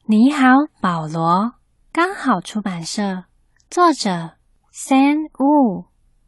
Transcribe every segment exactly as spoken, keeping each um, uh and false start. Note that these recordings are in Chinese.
你好，保罗。刚好出版社，作者 Sam Wu。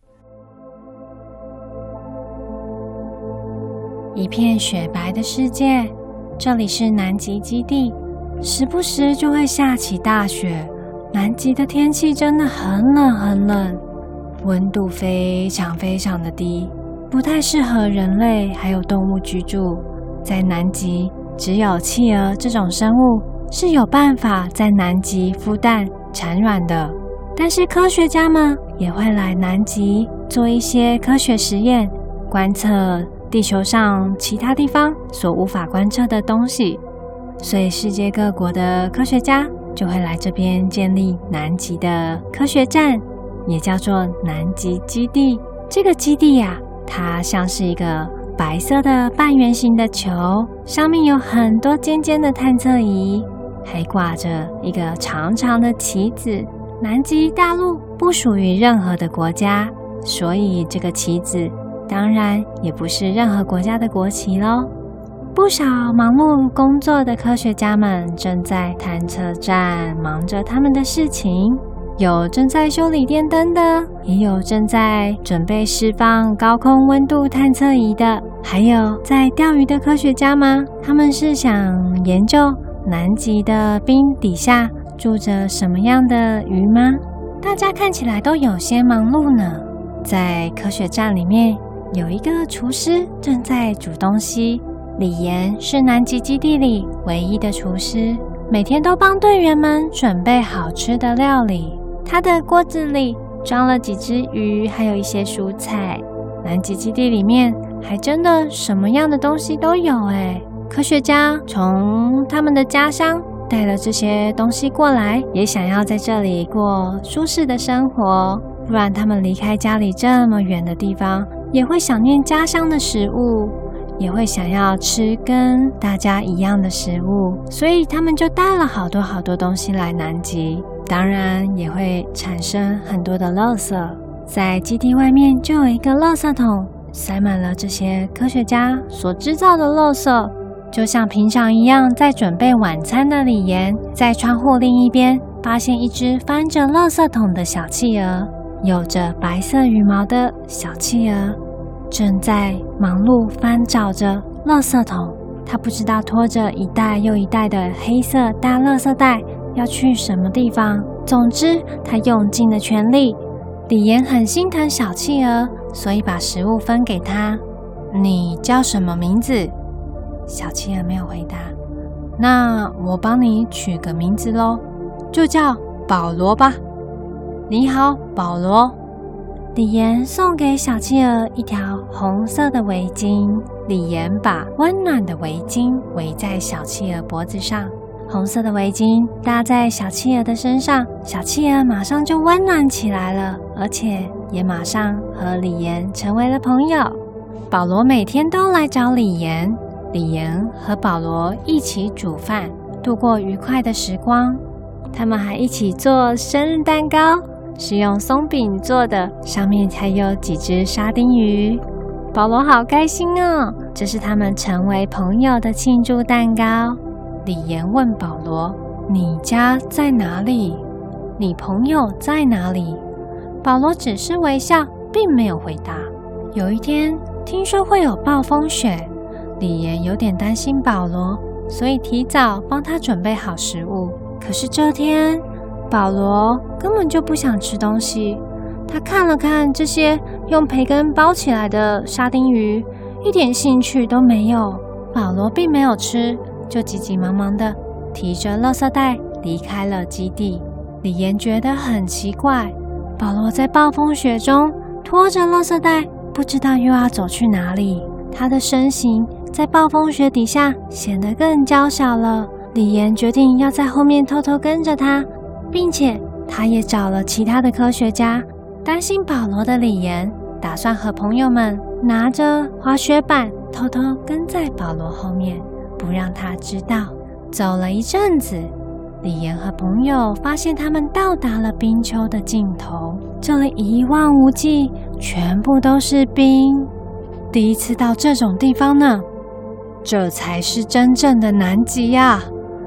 一片雪白的世界，这里是南极基地，时不时就会下起大雪。南极的天气真的很冷很冷，温度非常非常的低，不太适合人类还有动物居住。在南极，只有企鹅这种生物是有办法在南极孵蛋产卵的。但是科学家们也会来南极做一些科学实验，观测地球上其他地方所无法观测的东西，所以世界各国的科学家就会来这边建立南极的科学站，也叫做南极基地。这个基地呀、啊，它像是一个白色的半圆形的球，上面有很多尖尖的探测仪，还挂着一个长长的旗子。南极大陆不属于任何的国家，所以这个旗子当然也不是任何国家的国旗咯。不少忙碌工作的科学家们正在探测站忙着他们的事情，有正在修理电灯的，也有正在准备释放高空温度探测仪的，还有在钓鱼的科学家吗？他们是想研究南极的冰底下住着什么样的鱼吗？大家看起来都有些忙碌呢。在科学站里面有一个厨师正在煮东西，李岩是南极基地里唯一的厨师，每天都帮队员们准备好吃的料理。他的锅子里装了几只鱼，还有一些蔬菜。南极基地里面还真的什么样的东西都有诶。科学家从他们的家乡带了这些东西过来，也想要在这里过舒适的生活，不然他们离开家里这么远的地方，也会想念家乡的食物，也会想要吃跟大家一样的食物，所以他们就带了好多好多东西来南极，当然也会产生很多的垃圾。在基地外面就有一个垃圾桶，塞满了这些科学家所制造的垃圾。就像平常一样，在准备晚餐的李岩，在窗户另一边发现一只翻着垃圾桶的小企鹅，有着白色羽毛的小企鹅正在忙碌翻找着垃圾桶，他不知道拖着一袋又一袋的黑色大垃圾袋要去什么地方。总之他用尽了全力。李岩很心疼小企鹅，所以把食物分给他。你叫什么名字？小企鹅没有回答。那我帮你取个名字咯，就叫保罗吧。你好，保罗。李岩送给小企鹅一条红色的围巾，李岩把温暖的围巾围在小企鹅脖子上，红色的围巾搭在小企鹅的身上，小企鹅马上就温暖起来了，而且也马上和李岩成为了朋友。保罗每天都来找李岩，李岩和保罗一起煮饭，度过愉快的时光。他们还一起做生日蛋糕，是用松饼做的，上面还有几只沙丁鱼。保罗好开心哦，这是他们成为朋友的庆祝蛋糕。李岩问保罗：你家在哪里？你朋友在哪里？保罗只是微笑，并没有回答。有一天，听说会有暴风雪，李岩有点担心保罗，所以提早帮他准备好食物。可是这天，保罗根本就不想吃东西。他看了看这些用培根包起来的沙丁鱼，一点兴趣都没有。保罗并没有吃，就急急忙忙地提着垃圾袋离开了基地。李岩觉得很奇怪，保罗在暴风雪中拖着垃圾袋，不知道又要走去哪里。他的身形在暴风雪底下显得更娇小了。李岩决定要在后面偷偷跟着他，并且他也找了其他的科学家。担心保罗的李岩打算和朋友们拿着滑雪板偷偷跟在保罗后面，不让他知道。走了一阵子，李岩和朋友发现他们到达了冰丘的尽头，这里一望无际，全部都是冰。第一次到这种地方呢，这才是真正的南极呀！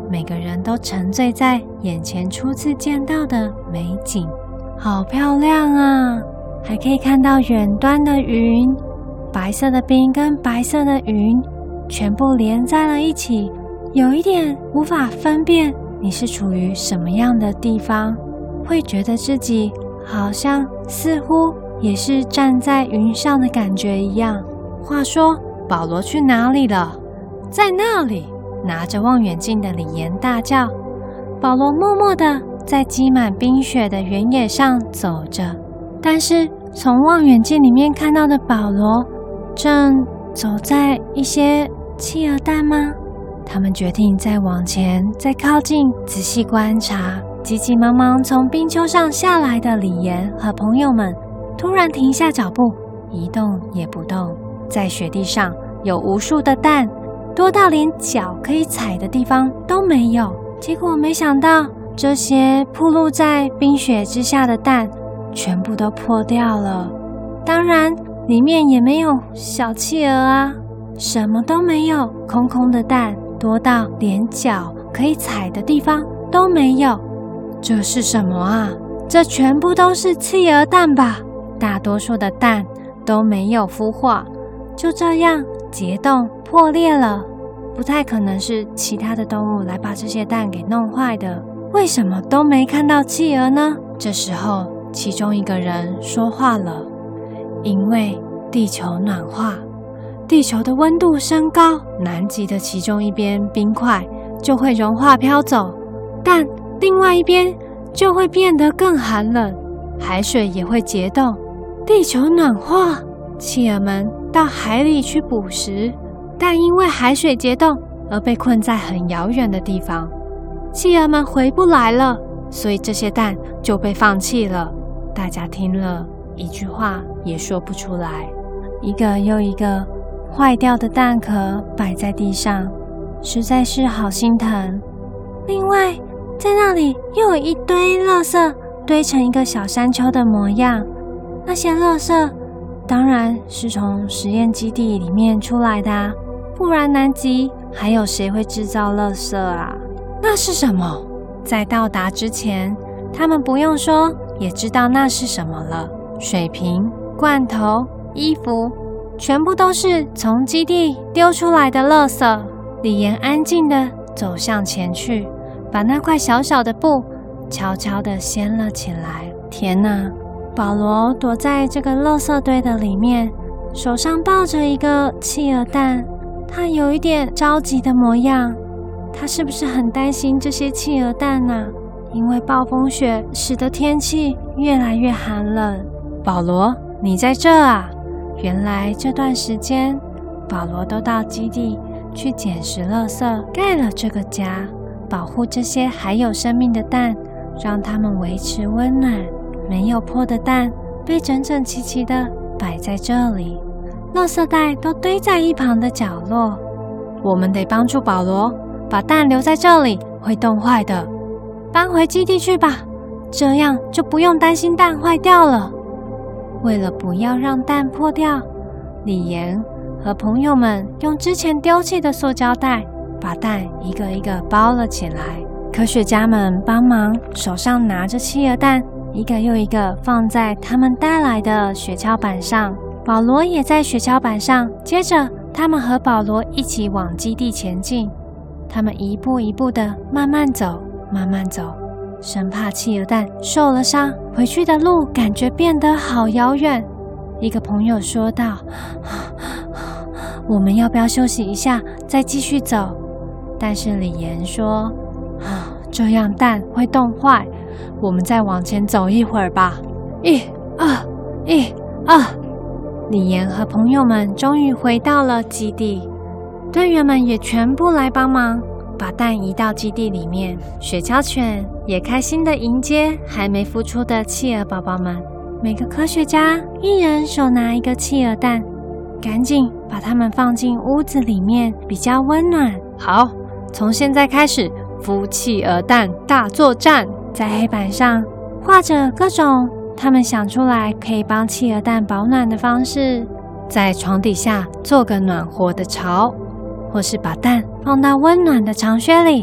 每个人都沉醉在眼前初次见到的美景，好漂亮啊！还可以看到远端的云，白色的冰跟白色的云全部连在了一起，有一点无法分辨你是处于什么样的地方，会觉得自己好像似乎也是站在云上的感觉一样。话说，保罗去哪里了？在那里！拿着望远镜的李岩大叫。保罗默默地在积满冰雪的原野上走着，但是从望远镜里面看到的保罗正走在一些企鹅蛋吗？他们决定再往前，再靠近，仔细观察。急急忙忙从冰丘上下来的李岩和朋友们突然停下脚步，一动也不动。在雪地上有无数的蛋，多到连脚可以踩的地方都没有。结果没想到，这些暴露在冰雪之下的蛋全部都破掉了。当然，里面也没有小企鹅啊，什么都没有，空空的蛋，多到连脚可以踩的地方都没有。这是什么啊？这全部都是企鹅蛋吧？大多数的蛋都没有孵化，就这样结冻破裂了。不太可能是其他的动物来把这些蛋给弄坏的。为什么都没看到企鹅呢？这时候，其中一个人说话了：因为地球暖化，地球的温度升高，南极的其中一边冰块就会融化飘走，但另外一边就会变得更寒冷，海水也会结冻。地球暖化，企鹅们到海里去捕食，但因为海水结冻而被困在很遥远的地方，企鹅们回不来了，所以这些蛋就被放弃了。大家听了一句话也说不出来。一个又一个坏掉的蛋壳摆在地上，实在是好心疼。另外，在那里又有一堆垃圾堆成一个小山丘的模样，那些垃圾当然是从实验基地里面出来的啊，不然南极还有谁会制造垃圾啊？那是什么？在到达之前，他们不用说也知道那是什么了。水瓶、罐头、衣服，全部都是从基地丢出来的垃圾。李岩安静地走向前去，把那块小小的布悄悄地掀了起来。天哪！保罗躲在这个垃圾堆的里面，手上抱着一个企鹅蛋，他有一点着急的模样。他是不是很担心这些企鹅蛋啊？因为暴风雪使得天气越来越寒冷。保罗，你在这啊？原来这段时间，保罗都到基地去捡拾垃圾，盖了这个家，保护这些还有生命的蛋，让它们维持温暖。没有破的蛋被整整齐齐地摆在这里，垃圾袋都堆在一旁的角落。我们得帮助保罗，把蛋留在这里会冻坏的，搬回基地去吧，这样就不用担心蛋坏掉了。为了不要让蛋破掉，李岩和朋友们用之前丢弃的塑胶袋把蛋一个一个包了起来。科学家们帮忙，手上拿着企鹅蛋，一个又一个放在他们带来的雪橇板上。保罗也在雪橇板上，接着他们和保罗一起往基地前进。他们一步一步的慢慢走，慢慢走，生怕企鹅蛋受了伤，回去的路感觉变得好遥远。一个朋友说道：我们要不要休息一下，再继续走？但是李岩说：这样蛋会冻坏，我们再往前走一会儿吧。一、二、一、二。李岩和朋友们终于回到了基地，队员们也全部来帮忙，把蛋移到基地里面。雪橇犬也开心地迎接还没孵出的企鹅宝宝们。每个科学家一人手拿一个企鹅蛋，赶紧把它们放进屋子里面，比较温暖。好，从现在开始，孵企鹅蛋大作战。在黑板上画着各种他们想出来可以帮企鹅蛋保暖的方式，在床底下做个暖和的巢，或是把蛋放到温暖的长靴里。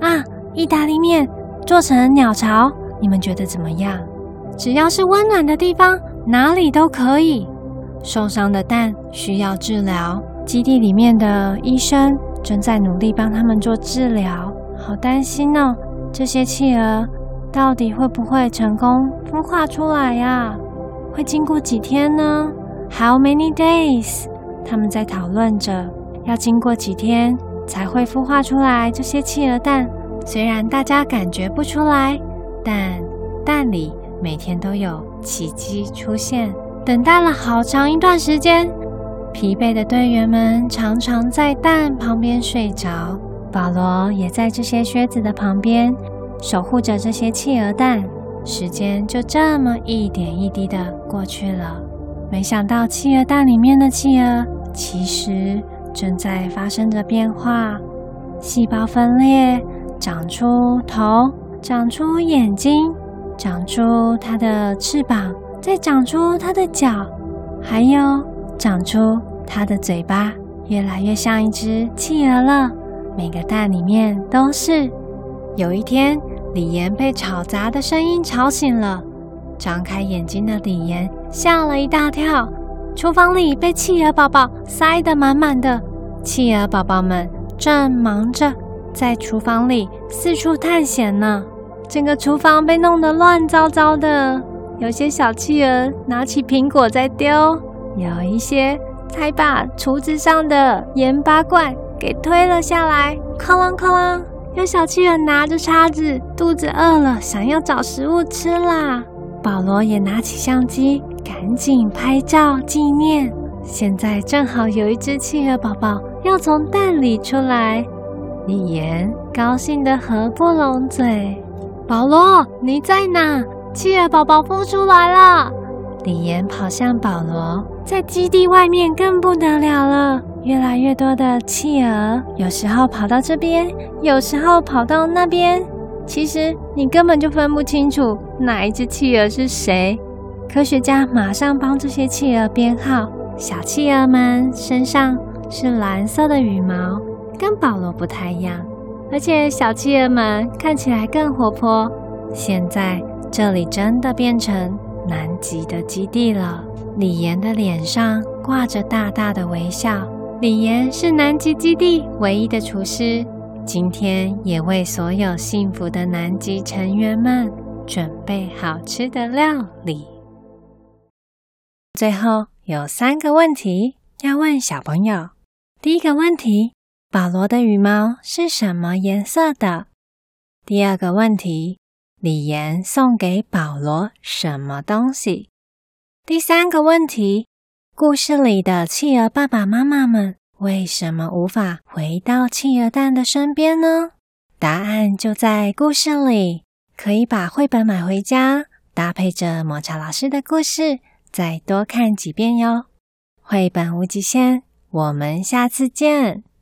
啊，意大利面做成鸟巢，你们觉得怎么样？只要是温暖的地方，哪里都可以。受伤的蛋需要治疗，基地里面的医生正在努力帮他们做治疗。好担心哦，这些企鹅到底会不会成功孵化出来呀？会经过几天呢？ How many days？ 他们在讨论着，要经过几天才会孵化出来这些企鹅蛋。虽然大家感觉不出来，但蛋里每天都有奇迹出现。等待了好长一段时间，疲惫的队员们常常在蛋旁边睡着。保罗也在这些靴子的旁边守护着这些企鹅蛋。时间就这么一点一滴的过去了。没想到企鹅蛋里面的企鹅其实正在发生着变化，细胞分裂，长出头，长出眼睛，长出它的翅膀，再长出它的脚，还有长出它的嘴巴，越来越像一只企鹅了。每个蛋里面都是。有一天，李岩被吵杂的声音吵醒了，张开眼睛的李岩吓了一大跳。厨房里被企鹅宝宝塞得满满的，企鹅宝宝们正忙着在厨房里四处探险呢。整个厨房被弄得乱糟糟的，有些小企鹅拿起苹果在丢，有一些才把厨子上的盐巴罐给推了下来，哐啷哐啷。有小企鹅拿着叉子，肚子饿了，想要找食物吃啦。保罗也拿起相机，赶紧拍照纪念。现在正好有一只企鹅宝宝要从蛋里出来，李岩高兴得合不拢嘴。保罗，你在哪？企鹅宝宝孵出来了！李岩跑向保罗，在基地外面更不得了了。越来越多的企鹅，有时候跑到这边，有时候跑到那边。其实你根本就分不清楚哪一只企鹅是谁。科学家马上帮这些企鹅编号。小企鹅们身上是蓝色的羽毛，跟保罗不太一样，而且小企鹅们看起来更活泼。现在这里真的变成南极的基地了。李岩的脸上挂着大大的微笑。李岩是南极基地唯一的厨师，今天也为所有幸福的南极成员们准备好吃的料理。最后有三个问题要问小朋友。第一个问题，保罗的羽毛是什么颜色的？第二个问题，李岩送给保罗什么东西？第三个问题，故事里的企鹅爸爸妈妈们为什么无法回到企鹅蛋的身边呢？答案就在故事里，可以把绘本买回家，搭配着抹茶老师的故事，再多看几遍哟。绘本无极限，我们下次见。